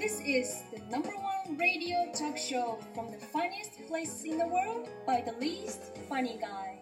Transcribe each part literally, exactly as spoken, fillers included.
This is the number one radio talk show from the funniest place in the world by the least funny guy.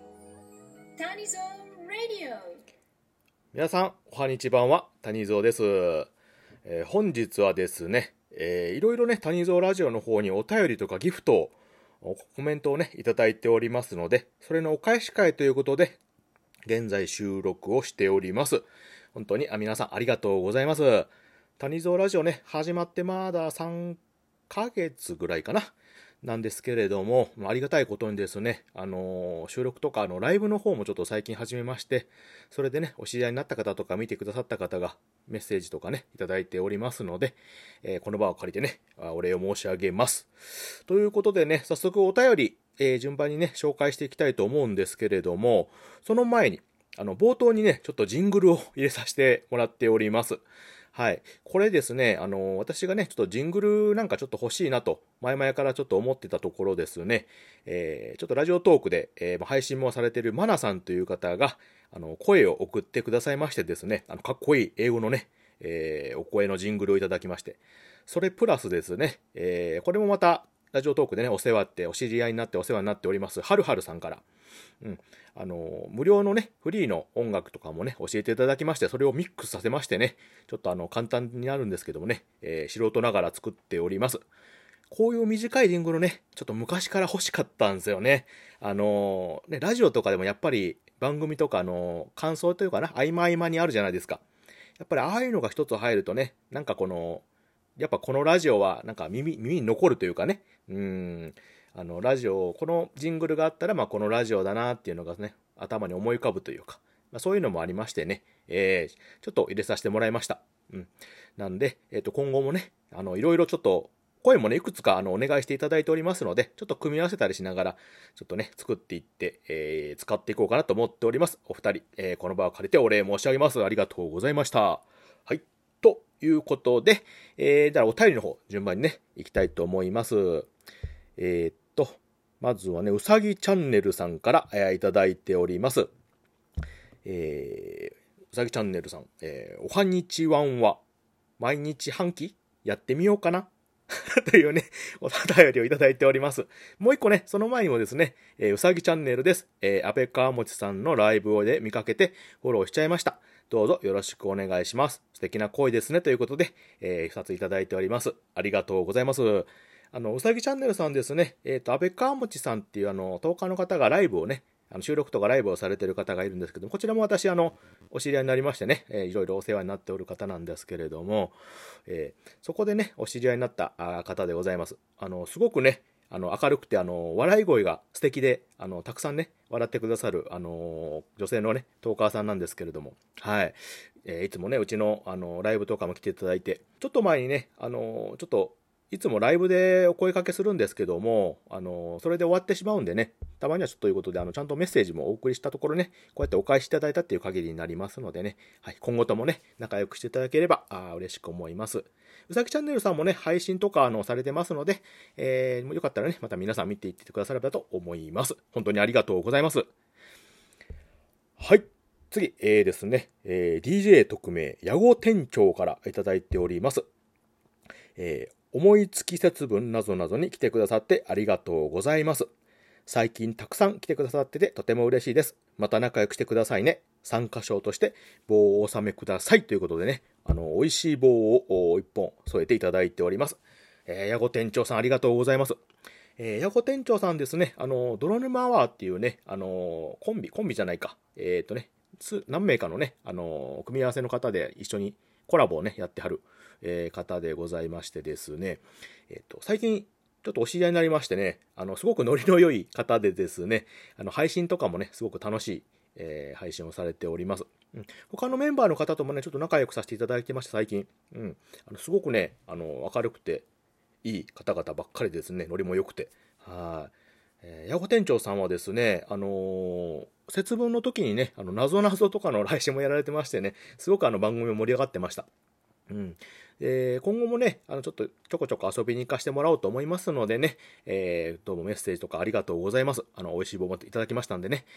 Tanizo Radio. 皆さん、おはにちばんは、谷蔵です。えー、本日はですね、えー、いろいろね、谷蔵ラジオの方にお便りとかギフトを、コメントをね、いただいておりますので、それのお返し会ということで、現在収録をしております。本当にあ皆さんありがとうございます。谷蔵ラジオね、始まってまださんかげつぐらいかな。なんですけれども、ありがたいことにですね、あのー、収録とかあのライブの方もちょっと最近始めまして、それでね、お知り合いになった方とか見てくださった方がメッセージとかね、いただいておりますので、えー、この場を借りてね、お礼を申し上げます。ということでね、早速お便り、えー、順番にね、紹介していきたいと思うんですけれども、その前に、あの、冒頭にね、ちょっとジングルを入れさせてもらっております。はい。これですね、あの、私がね、ちょっとジングルなんかちょっと欲しいなと、前々からちょっと思ってたところですね、えー、ちょっとラジオトークで、えー、配信もされているマナさんという方が、あの、声を送ってくださいましてですね、あの、かっこいい英語のね、えー、お声のジングルをいただきまして、それプラスですね、えー、これもまた、ラジオトークでね、お世話って、お知り合いになってお世話になっております、はるはるさんから、うん、あの無料のねフリーの音楽とかもね教えていただきまして、それをミックスさせましてね、ちょっとあの簡単になるんですけどもね、えー、素人ながら作っております。こういう短いジングルね、ちょっと昔から欲しかったんですよね。あのー、ねラジオとかでもやっぱり番組とかの感想というかな、合間合間にあるじゃないですか。やっぱりああいうのが一つ入るとね、なんかこのやっぱこのラジオはなんか耳耳に残るというかね、うーんあのラジオ、このジングルがあったら、まあ、このラジオだなっていうのがね、頭に思い浮かぶというか、まあ、そういうのもありましてね、えー、ちょっと入れさせてもらいました。うん。なんで、えっと、今後もね、あの、いろいろちょっと、声もね、いくつかあのお願いしていただいておりますので、ちょっと組み合わせたりしながら、ちょっとね、作っていって、えー、使っていこうかなと思っております。お二人、えー、この場を借りてお礼申し上げます。ありがとうございました。はい。ということで、えー、じゃあお便りの方、順番にね、いきたいと思います。えー、っと、まずはね、うさぎチャンネルさんから、えー、いただいております。えー、うさぎチャンネルさん、えー、おはにちわんは、毎日半期やってみようかなというね、お便りをいただいております。もう一個ね、その前にもですね、えー、うさぎチャンネルです。えー、安倍川持さんのライブをで見かけてフォローしちゃいました。どうぞよろしくお願いします。素敵な声ですね。ということで、えー、ふたついただいております。ありがとうございます。あの、うさぎチャンネルさんですね、えっと、安倍川持さんっていうあの、トーカーの方がライブをね、あの収録とかライブをされている方がいるんですけども、こちらも私、あの、お知り合いになりましてね、えー、いろいろお世話になっておる方なんですけれども、えー、そこでね、お知り合いになった方でございます。あの、すごくね、あの、明るくて、あの、笑い声が素敵で、あの、たくさんね、笑ってくださる、あの、女性のね、トーカーさんなんですけれども、はい。えー、いつもね、うちの、あの、ライブとかも来ていただいて、ちょっと前にね、あの、ちょっと、いつもライブでお声かけするんですけども、あの、それで終わってしまうんでね、たまにはちょっとということで、あの、ちゃんとメッセージもお送りしたところね、こうやってお返しいただいたっていう限りになりますのでね、はい、今後ともね、仲良くしていただければ、あ嬉しく思います。うさぎチャンネルさんもね、配信とか、あの、されてますので、えー、よかったらね、また皆さん見ていってくださればと思います。本当にありがとうございます。はい。次、えーですね、えー、ディージェー 特命、矢後店長からいただいております。えー思いつき節分なぞなぞに来てくださってありがとうございます。最近たくさん来てくださっててとても嬉しいです。また仲良くしてくださいね。参加賞として棒をお納めくださいということでね、あの、美味しい棒を一本添えていただいております。えー、矢後店長さんありがとうございます。えー、矢後店長さんですね、あの、泥沼アワーっていうね、あの、コンビ、コンビじゃないか。えっとね、何名かのね、あの、組み合わせの方で一緒にコラボをね、やってはる。えー、方でございましてですね、えっと、最近ちょっとお知り合いになりましてね、あの、すごくノリの良い方でですね、あの、配信とかもね、すごく楽しい、えー、配信をされております。うん。他のメンバーの方ともね、ちょっと仲良くさせていただいてました、最近。うん。あの、すごくね、あの、明るくていい方々ばっかりですね、ノリも良くて。はい。えー、矢後店長さんはですね、あのー、節分の時にね、あの、謎々とかの配信もやられてましてね、すごくあの番組も盛り上がってました。うん。えー、今後もね、あの、ちょっとちょこちょこ遊びに行かしてもらおうと思いますのでね、えー、どうもメッセージとかありがとうございます。あの、美味しい棒もいただきましたんでね、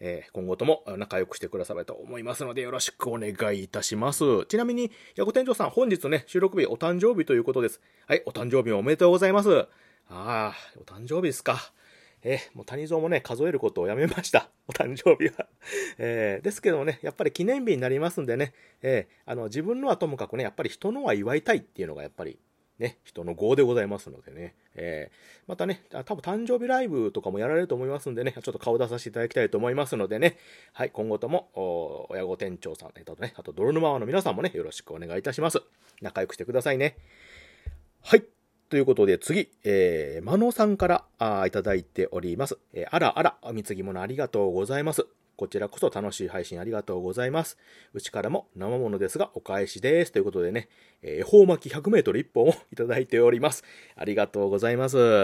えー、今後とも仲良くしてくだされと思いますのでよろしくお願いいたします。ちなみに、ヤゴ店長さん、本日ね、収録日お誕生日ということです。はい、お誕生日おめでとうございます。ああ、お誕生日ですか。えー、もう谷蔵もね、数えることをやめました。お誕生日は。えー、ですけどもね、やっぱり記念日になりますんでね、えー、あの、自分のはともかくね、やっぱり人のは祝いたいっていうのがやっぱり、ね、人の業でございますのでね、えー、またね、多分誕生日ライブとかもやられると思いますんでね、ちょっと顔出させていただきたいと思いますのでね、はい、今後とも、親御店長さん、えっとね、あと泥沼の皆さんもね、よろしくお願いいたします。仲良くしてくださいね。はい。ということで次、えー、まのさんからあいただいております。えー、あらあら、貢ぎ物ありがとうございます。こちらこそ楽しい配信ありがとうございます。うちからも生ものですがお返しです。ということでね、恵方巻きひゃくメートルいっぽんをいただいております。ありがとうございます。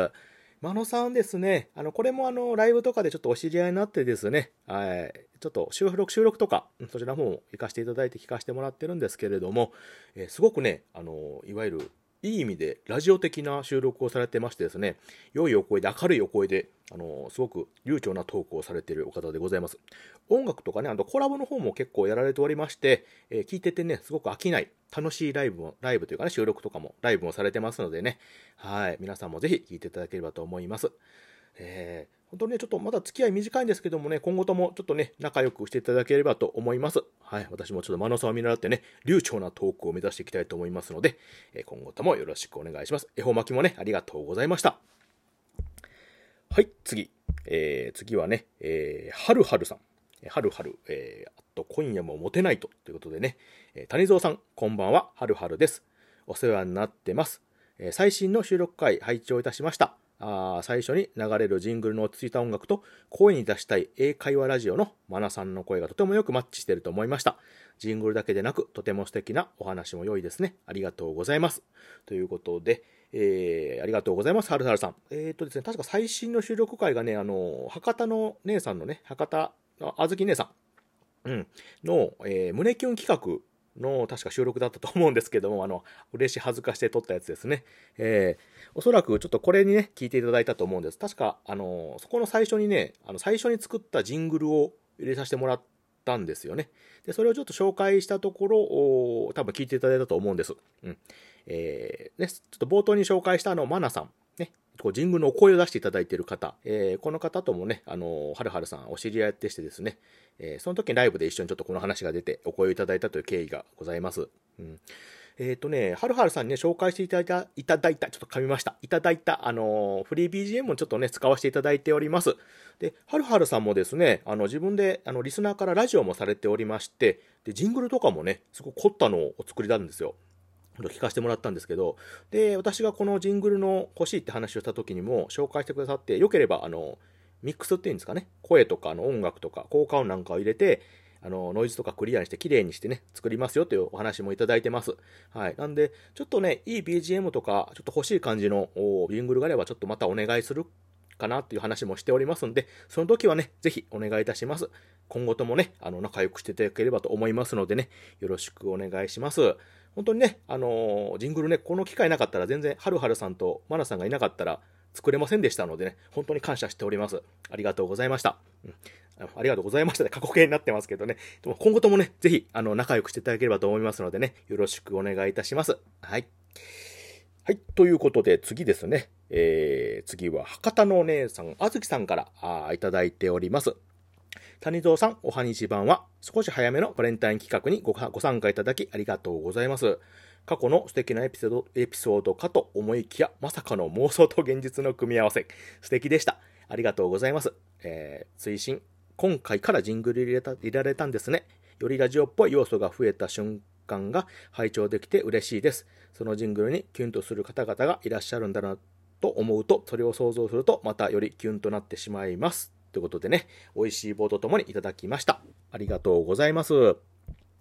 まのさんですね、あの、これもあの、ライブとかでちょっとお知り合いになってですね、はい、ちょっと収録、収録とか、そちらの方も行かせていただいて聞かせてもらってるんですけれども、えー、すごくね、あの、いわゆる、いい意味でラジオ的な収録をされてましてですね、良いお声で明るいお声で、あのすごく流暢なトークをされているお方でございます。音楽とかね、あのコラボの方も結構やられておりまして、えー、聞いててね、すごく飽きない楽しいライブもライブというかね、収録とかもライブもされてますのでね、はい、皆さんもぜひ聞いていただければと思います。えー本当にね、ちょっとまだ付き合い短いんですけどもね、今後ともちょっとね、仲良くしていただければと思います。はい、私もちょっと間野さんを見習ってね、流暢なトークを目指していきたいと思いますので、えー、今後ともよろしくお願いします。恵方巻きもね、ありがとうございました。はい、次。えー、次はね、えー、はるはるさん。はるはる、えー、あと今夜もモテないとということでね、えー、谷蔵さん、こんばんは、はるはるです。お世話になってます。えー、最新の収録回、拝聴いたしました。あ最初に流れるジングルの落ち着いた音楽と声に出したい英会話ラジオのマナさんの声がとてもよくマッチしていると思いました。ジングルだけでなくとても素敵なお話も良いですね。ありがとうございます。ということで、えー、ありがとうございます。はるはるさん。えーとですね、確か最新の収録回がね、あの、博多の姉さんのね、博多のあずき姉さん、うん、の、えー、胸キュン企画の確か収録だったと思うんですけども、あの、嬉しい恥ずかして撮ったやつですね。えー、おそらくちょっとこれにね、聞いていただいたと思うんです。確か、あの、そこの最初にね、あの、最初に作ったジングルを入れさせてもらったんですよね。で、それをちょっと紹介したところ、多分聞いていただいたと思うんです。うん。えー、ね、ちょっと冒頭に紹介したあの、マナさん。ね、こうジングルのお声を出していただいている方、えー、この方ともね、あのー、はるはるさんお知り合いでしてですね、えー、その時にライブで一緒にちょっとこの話が出てお声をいただいたという経緯がございます。うん、えっ、ー、とね、はるはるさんにね、紹介していただいた、いただいた、ちょっと噛みました。いただいた、あのー、フリー ビージーエム もちょっとね、使わせていただいております。で、はるはるさんもですね、あの、自分で、あの、リスナーからラジオもされておりまして、で、ジングルとかもね、すごく凝ったのをお作りなんですよ。聞かせてもらったんですけど、で、私がこのジングルの欲しいって話をした時にも紹介してくださって、よければ、あの、ミックスっていうんですかね、声とかの音楽とか効果音なんかを入れて、あの、ノイズとかクリアにして綺麗にしてね、作りますよというお話もいただいてます。はい。なんで、ちょっとね、いい ビージーエム とか、ちょっと欲しい感じのジングルがあれば、ちょっとまたお願いするかなっていう話もしておりますんで、その時はね、ぜひお願いいたします。今後ともね、あの、仲良くしていただければと思いますのでね、よろしくお願いします。本当にね、あのー、ジングルね、この機会なかったら全然、はるはるさんとマナさんがいなかったら作れませんでしたのでね、本当に感謝しております。ありがとうございました。うん、ありがとうございましたね。過去形になってますけどね。でも今後ともね、ぜひ、あの、仲良くしていただければと思いますのでね、よろしくお願いいたします。はい。はい。ということで、次ですね。えー、次は、博多のお姉さん、あずきさんからあいただいております。谷蔵さん、おはにちばんは、少し早めのバレンタイン企画に ご, ご参加いただきありがとうございます。過去の素敵なエピソード、エピソードかと思いきや、まさかの妄想と現実の組み合わせ。素敵でした。ありがとうございます。えー、追伸、今回からジングル入れた、入れられたんですね。よりラジオっぽい要素が増えた瞬間が拝聴できて嬉しいです。そのジングルにキュンとする方々がいらっしゃるんだなと思うと、それを想像すると、またよりキュンとなってしまいます。ということでね、美味しい棒とともにいただきました。ありがとうございます。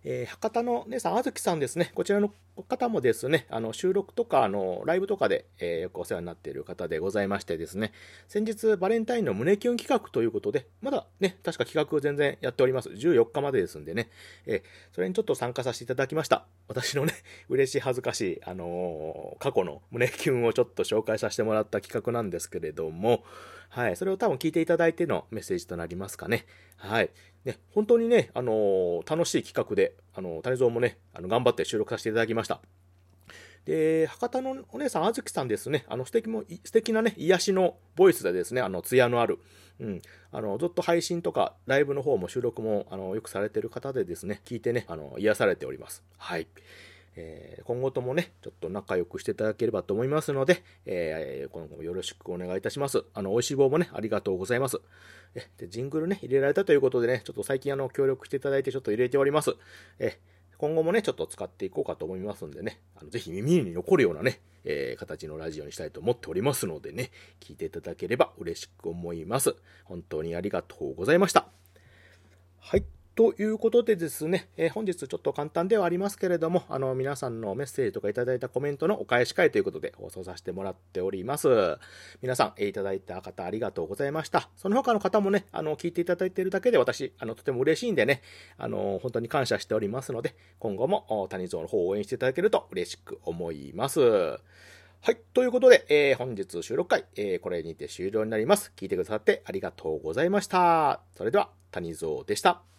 えー、博多の姉さん、あずきさんですね。こちらの方もですね、あの収録とかあのライブとかで、えー、よくお世話になっている方でございましてですね、先日バレンタインの胸キュン企画ということで、まだね、確か企画全然やっております。じゅうよっかまでですんでね、えー、それにちょっと参加させていただきました。私のね、嬉しい恥ずかしい、あのー、過去の胸キュンをちょっと紹介させてもらった企画なんですけれども、はい、それを多分聞いていただいてのメッセージとなりますかね。はい。ね、本当にね、あのー、楽しい企画で、あのー、谷蔵もね、あの、頑張って収録させていただきました。で、博多のお姉さん、あずきさんですね、あの、素敵も、素敵なね、癒しのボイスでですね、あの、艶のある、うん、あの、ずっと配信とか、ライブの方も収録も、あの、よくされている方でですね、聞いてね、あの、癒されております。はい。えー、今後ともね、ちょっと仲良くしていただければと思いますので、えー、今後もよろしくお願いいたします。あの、美味しい棒もね、ありがとうございます。え、で、ジングルね、入れられたということでね、ちょっと最近あの、協力していただいてちょっと入れております。え、今後もね、ちょっと使っていこうかと思いますんでね、あのぜひ耳に残るようなね、えー、形のラジオにしたいと思っておりますのでね、聞いていただければ嬉しく思います。本当にありがとうございました。はい。ということでですね、えー、本日ちょっと簡単ではありますけれども、あの、皆さんのメッセージとかいただいたコメントのお返し会ということで放送させてもらっております。皆さん、えー、いただいた方ありがとうございました。その他の方もね、あの、聞いていただいているだけで私、あの、とても嬉しいんでね、あの、本当に感謝しておりますので、今後も谷蔵の方を応援していただけると嬉しく思います。はい。ということで、えー、本日収録会、えー、これにて終了になります。聞いてくださってありがとうございました。それでは、谷蔵でした。